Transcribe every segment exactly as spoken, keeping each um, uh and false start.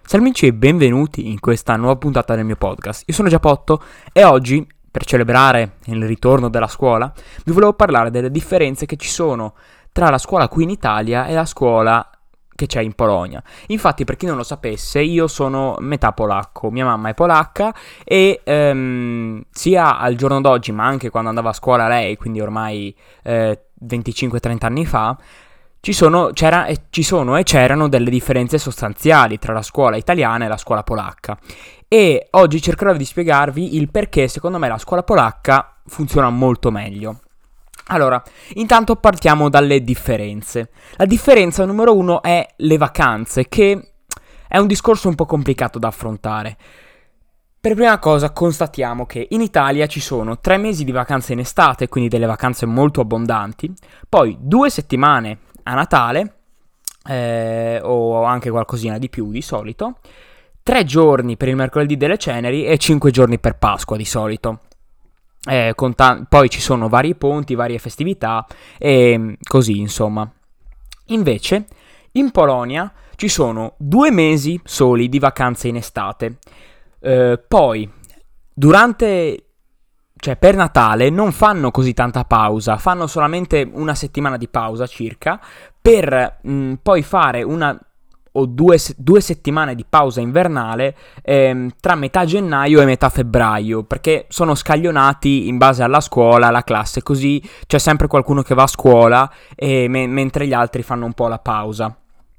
Salve amici e benvenuti in questa nuova puntata del mio podcast. Io sono Giappotto e oggi, per celebrare il ritorno della scuola, vi volevo parlare delle differenze che ci sono tra la scuola qui in Italia e la scuola che c'è in Polonia. Infatti, per chi non lo sapesse, io sono metà polacco, mia mamma è polacca e ehm, sia al giorno d'oggi, ma anche quando andava a scuola lei, quindi ormai eh, venticinque trenta anni fa, Ci sono, c'era, e ci sono e c'erano delle differenze sostanziali tra la scuola italiana e la scuola polacca. E oggi cercherò di spiegarvi il perché secondo me la scuola polacca funziona molto meglio. Allora, intanto partiamo dalle differenze. La differenza numero uno è le vacanze, che è un discorso un po' complicato da affrontare. Per prima cosa constatiamo che in Italia ci sono tre mesi di vacanze in estate, quindi delle vacanze molto abbondanti, poi due settimane a Natale, eh, o anche qualcosina di più di solito, tre giorni per il mercoledì delle ceneri e cinque giorni per Pasqua di solito. Eh, con ta- poi ci sono vari ponti, varie festività e così insomma. Invece in Polonia ci sono due mesi soli di vacanze in estate. Eh, poi durante... Cioè, per Natale non fanno così tanta pausa, fanno solamente una settimana di pausa circa, per mh, poi fare una o due, due settimane di pausa invernale ehm, tra metà gennaio e metà febbraio, perché sono scaglionati in base alla scuola, alla classe, così c'è sempre qualcuno che va a scuola e me- mentre gli altri fanno un po' la pausa.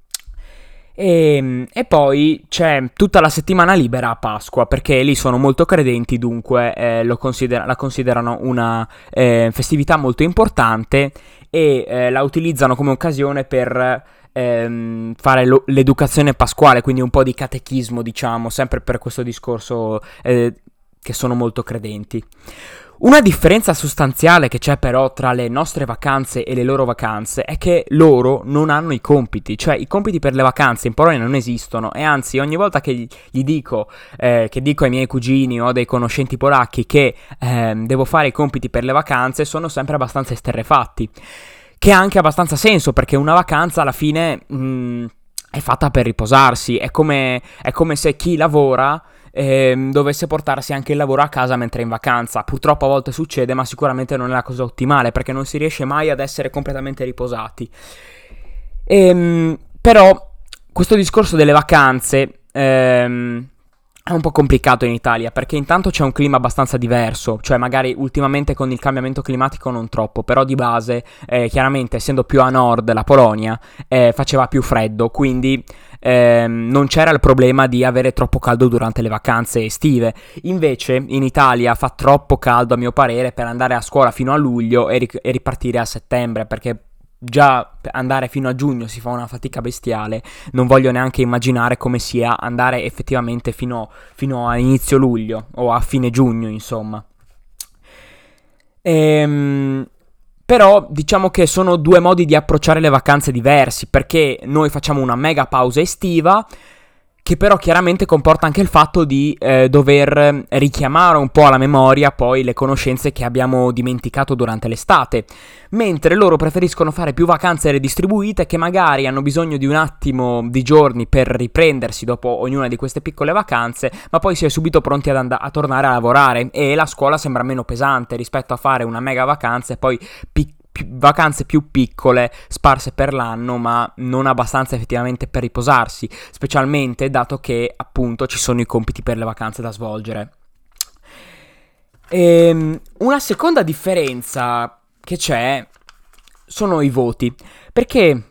E, e poi c'è tutta la settimana libera a Pasqua, perché lì sono molto credenti, dunque eh, lo considera- la considerano una eh, festività molto importante e eh, la utilizzano come occasione per ehm, fare lo- l'educazione pasquale, quindi un po' di catechismo, diciamo, sempre per questo discorso eh, che sono molto credenti. Una differenza sostanziale che c'è però tra le nostre vacanze e le loro vacanze è che loro non hanno i compiti, cioè i compiti per le vacanze in Polonia non esistono e anzi ogni volta che gli dico, eh, che dico ai miei cugini o dei conoscenti polacchi che eh, devo fare i compiti per le vacanze sono sempre abbastanza esterrefatti, che ha anche abbastanza senso perché una vacanza alla fine mh, è fatta per riposarsi, è come, è come se chi lavora Eh, dovesse portarsi anche il lavoro a casa mentre è in vacanza. Purtroppo a volte succede, ma sicuramente non è la cosa ottimale perché non si riesce mai ad essere completamente riposati. Ehm, però questo discorso delle vacanze ehm, è un po' complicato in Italia perché intanto c'è un clima abbastanza diverso, cioè magari ultimamente con il cambiamento climatico non troppo, però di base eh, chiaramente essendo più a nord la Polonia eh, faceva più freddo, quindi ehm, non c'era il problema di avere troppo caldo durante le vacanze estive. Invece in Italia fa troppo caldo a mio parere per andare a scuola fino a luglio e, ric- e ripartire a settembre, perché già andare fino a giugno si fa una fatica bestiale, non voglio neanche immaginare come sia andare effettivamente fino, fino a inizio luglio o a fine giugno, insomma. Ehm, però diciamo che sono due modi di approcciare le vacanze diversi, perché noi facciamo una mega pausa estiva che però chiaramente comporta anche il fatto di eh, dover richiamare un po' alla memoria poi le conoscenze che abbiamo dimenticato durante l'estate, mentre loro preferiscono fare più vacanze redistribuite che magari hanno bisogno di un attimo di giorni per riprendersi dopo ognuna di queste piccole vacanze, ma poi si è subito pronti ad and- a tornare a lavorare e la scuola sembra meno pesante rispetto a fare una mega vacanza e poi pic- vacanze più piccole sparse per l'anno ma non abbastanza effettivamente per riposarsi, specialmente dato che appunto ci sono i compiti per le vacanze da svolgere. Ehm, una seconda differenza che c'è sono i voti, perché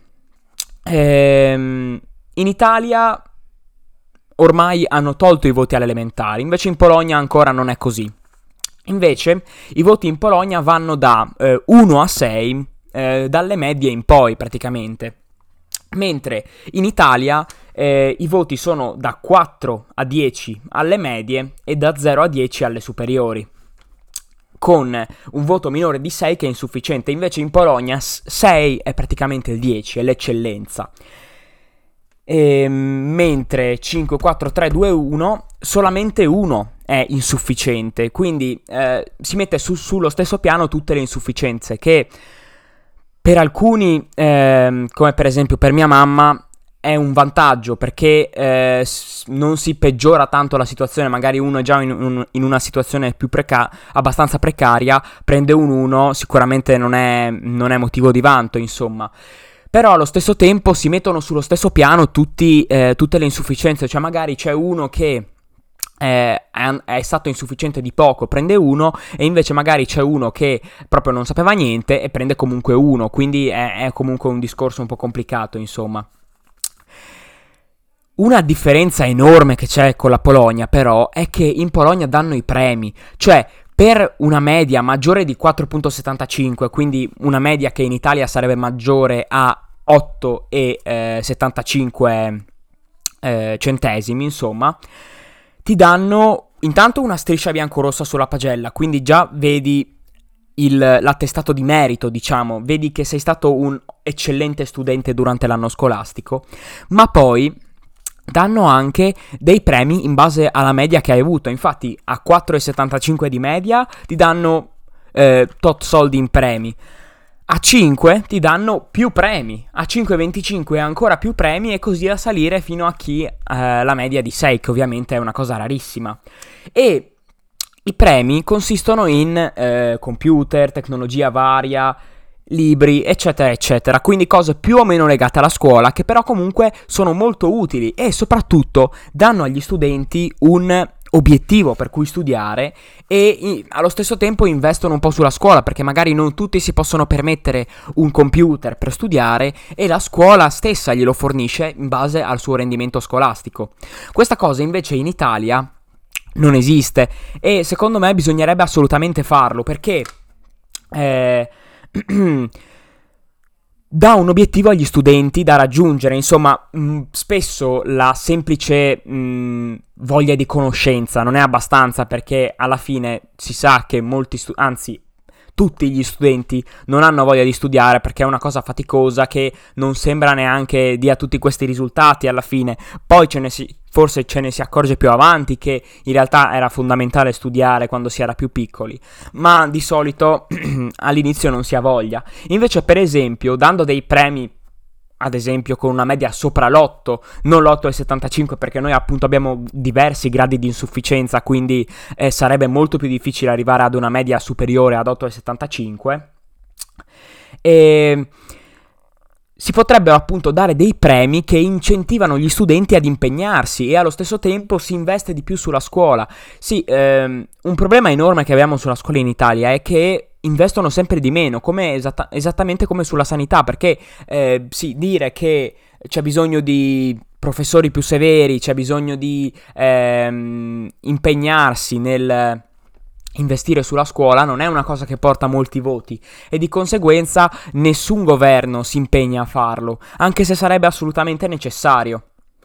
ehm, in Italia ormai hanno tolto i voti alle elementari, invece in Polonia ancora non è così. Invece i voti in Polonia vanno da eh, uno a sei, eh, dalle medie in poi praticamente, mentre in Italia eh, i voti sono da quattro a dieci alle medie e da zero a dieci alle superiori, con un voto minore di sei che è insufficiente. Invece in Polonia sei è praticamente il dieci, è l'eccellenza. E, mentre cinque, quattro, tre, due, uno solamente uno è insufficiente, quindi eh, si mette su, sullo stesso piano tutte le insufficienze che per alcuni, eh, come per esempio per mia mamma, è un vantaggio perché eh, non si peggiora tanto la situazione, magari uno è già in, un, in una situazione più preca- abbastanza precaria, prende un uno, sicuramente non è, non è motivo di vanto, insomma. Però allo stesso tempo si mettono sullo stesso piano tutti, eh, tutte le insufficienze, cioè magari c'è uno che eh, è, è stato insufficiente di poco, prende uno, e invece magari c'è uno che proprio non sapeva niente e prende comunque uno, quindi è, è comunque un discorso un po' complicato, insomma. Una differenza enorme che c'è con la Polonia, però, è che in Polonia danno i premi, cioè per una media maggiore di quattro virgola settantacinque, quindi una media che in Italia sarebbe maggiore a otto virgola settantacinque eh, centesimi, insomma, ti danno intanto una striscia bianco-rossa sulla pagella, quindi già vedi il, l'attestato di merito, diciamo, vedi che sei stato un eccellente studente durante l'anno scolastico, ma poi danno anche dei premi in base alla media che hai avuto. Infatti a quattro virgola settantacinque di media ti danno eh, tot soldi in premi, a cinque ti danno più premi, a cinque virgola venticinque ancora più premi, e così a salire fino a chi eh, la media di sei, che ovviamente è una cosa rarissima. E i premi consistono in eh, computer, tecnologia varia, libri, eccetera eccetera, quindi cose più o meno legate alla scuola, che però comunque sono molto utili e soprattutto danno agli studenti un obiettivo per cui studiare, e i, allo stesso tempo investono un po' sulla scuola, perché magari non tutti si possono permettere un computer per studiare, e la scuola stessa glielo fornisce in base al suo rendimento scolastico. Questa cosa invece in Italia non esiste, e secondo me bisognerebbe assolutamente farlo, perché eh, dà un obiettivo agli studenti da raggiungere. Insomma, mh, spesso la semplice mh, voglia di conoscenza non è abbastanza, perché alla fine si sa che molti stu- anzi tutti gli studenti non hanno voglia di studiare, perché è una cosa faticosa che non sembra neanche dia tutti questi risultati alla fine. Poi ce ne si, forse ce ne si accorge più avanti che in realtà era fondamentale studiare quando si era più piccoli, ma di solito all'inizio non si ha voglia. Invece, per esempio, dando dei premi, ad esempio con una media sopra l'otto, non l'otto virgola settantacinque, perché noi appunto abbiamo diversi gradi di insufficienza, quindi eh, sarebbe molto più difficile arrivare ad una media superiore ad otto virgola settantacinque, e si potrebbero appunto dare dei premi che incentivano gli studenti ad impegnarsi, e allo stesso tempo si investe di più sulla scuola. Sì, ehm, un problema enorme che abbiamo sulla scuola in Italia è che investono sempre di meno, come esatta- esattamente come sulla sanità, perché eh, sì, dire che c'è bisogno di professori più severi, c'è bisogno di ehm, impegnarsi nel investire sulla scuola non è una cosa che porta molti voti, e di conseguenza nessun governo si impegna a farlo, anche se sarebbe assolutamente necessario.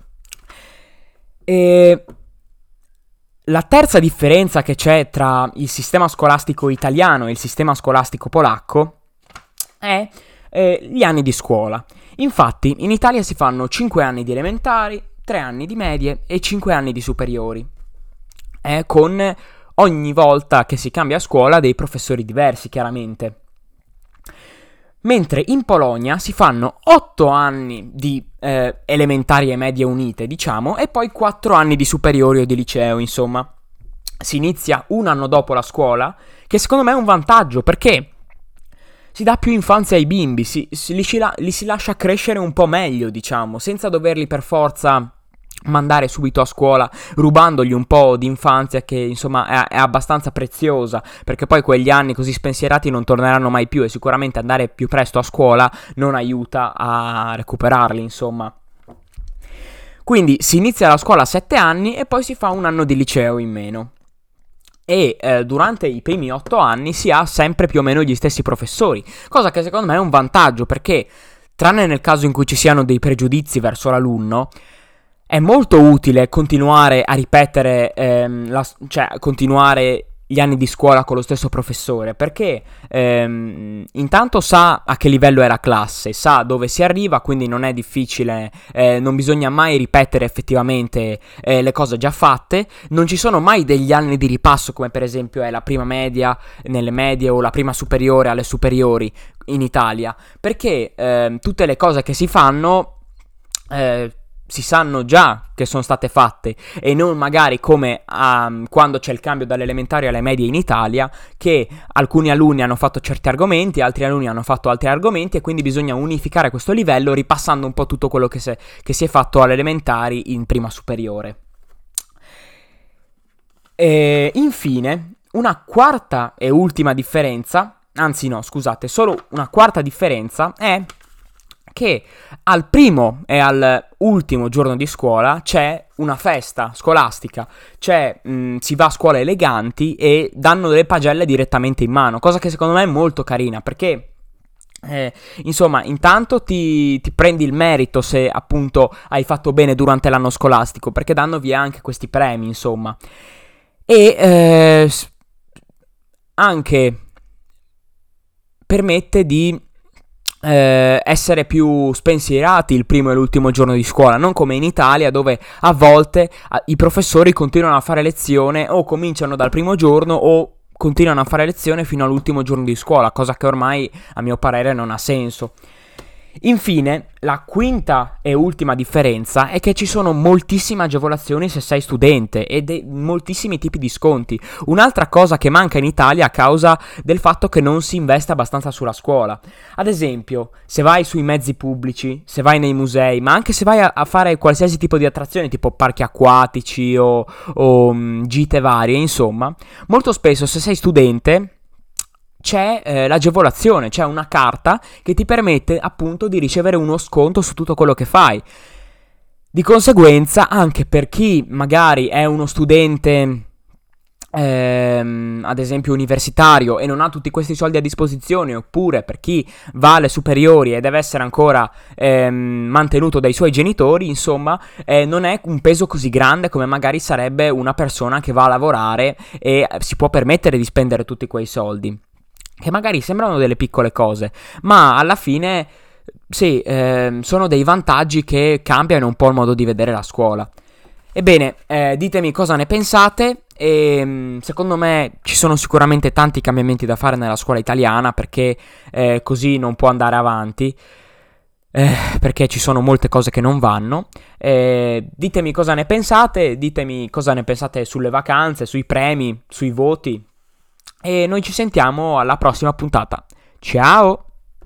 E la terza differenza che c'è tra il sistema scolastico italiano e il sistema scolastico polacco è eh, gli anni di scuola. Infatti in Italia si fanno cinque anni di elementari, tre anni di medie e cinque anni di superiori, eh, con ogni volta che si cambia scuola dei professori diversi, chiaramente. Mentre in Polonia si fanno otto anni di eh, elementari e medie unite, diciamo, e poi quattro anni di superiori o di liceo, insomma. Si inizia un anno dopo la scuola, che secondo me è un vantaggio, perché si dà più infanzia ai bimbi, si, si, li, si, li si lascia crescere un po' meglio, diciamo, senza doverli per forza mandare subito a scuola, rubandogli un po' di infanzia che insomma è, è abbastanza preziosa, perché poi quegli anni così spensierati non torneranno mai più, e sicuramente andare più presto a scuola non aiuta a recuperarli, insomma. Quindi si inizia la scuola a sette anni e poi si fa un anno di liceo in meno, e eh, durante i primi otto anni si ha sempre più o meno gli stessi professori, cosa che secondo me è un vantaggio, perché tranne nel caso in cui ci siano dei pregiudizi verso l'alunno, è molto utile continuare a ripetere, ehm, la, cioè continuare gli anni di scuola con lo stesso professore, perché ehm, intanto sa a che livello è la classe, sa dove si arriva, quindi non è difficile, eh, non bisogna mai ripetere effettivamente eh, le cose già fatte, non ci sono mai degli anni di ripasso come per esempio è la prima media nelle medie o la prima superiore alle superiori in Italia, perché eh, tutte le cose che si fanno eh, si sanno già che sono state fatte, e non magari come um, quando c'è il cambio dalle elementari alle medie in Italia, che alcuni alunni hanno fatto certi argomenti, altri alunni hanno fatto altri argomenti, e quindi bisogna unificare questo livello ripassando un po' tutto quello che, se, che si è fatto alle elementari in prima superiore. E infine, una quarta e ultima differenza, anzi no, scusate, solo una quarta differenza è che al primo e al ultimo giorno di scuola c'è una festa scolastica, c'è, mh, si va a scuola eleganti e danno le pagelle direttamente in mano, cosa che secondo me è molto carina, perché eh, insomma, intanto ti, ti prendi il merito se appunto hai fatto bene durante l'anno scolastico, perché danno via anche questi premi, insomma, e eh, anche permette di Eh, essere più spensierati il primo e l'ultimo giorno di scuola, non come in Italia, dove a volte a, i professori continuano a fare lezione o cominciano dal primo giorno o continuano a fare lezione fino all'ultimo giorno di scuola, cosa che ormai a mio parere non ha senso. Infine, la quinta e ultima differenza è che ci sono moltissime agevolazioni se sei studente e de- moltissimi tipi di sconti. Un'altra cosa che manca in Italia a causa del fatto che non si investe abbastanza sulla scuola. Ad esempio, se vai sui mezzi pubblici, se vai nei musei, ma anche se vai a, a fare qualsiasi tipo di attrazione, tipo parchi acquatici o, o mh, gite varie, insomma, molto spesso se sei studente c'è eh, l'agevolazione, c'è una carta che ti permette appunto di ricevere uno sconto su tutto quello che fai. Di conseguenza, anche per chi magari è uno studente, ehm, ad esempio universitario, e non ha tutti questi soldi a disposizione, oppure per chi va alle superiori e deve essere ancora ehm, mantenuto dai suoi genitori, insomma, eh, non è un peso così grande come magari sarebbe una persona che va a lavorare e si può permettere di spendere tutti quei soldi, che magari sembrano delle piccole cose, ma alla fine sì, eh, sono dei vantaggi che cambiano un po' il modo di vedere la scuola. Ebbene, eh, ditemi cosa ne pensate, e secondo me ci sono sicuramente tanti cambiamenti da fare nella scuola italiana, perché eh, così non può andare avanti, eh, perché ci sono molte cose che non vanno. Eh, ditemi cosa ne pensate, ditemi cosa ne pensate sulle vacanze, sui premi, sui voti. E noi ci sentiamo alla prossima puntata. Ciao!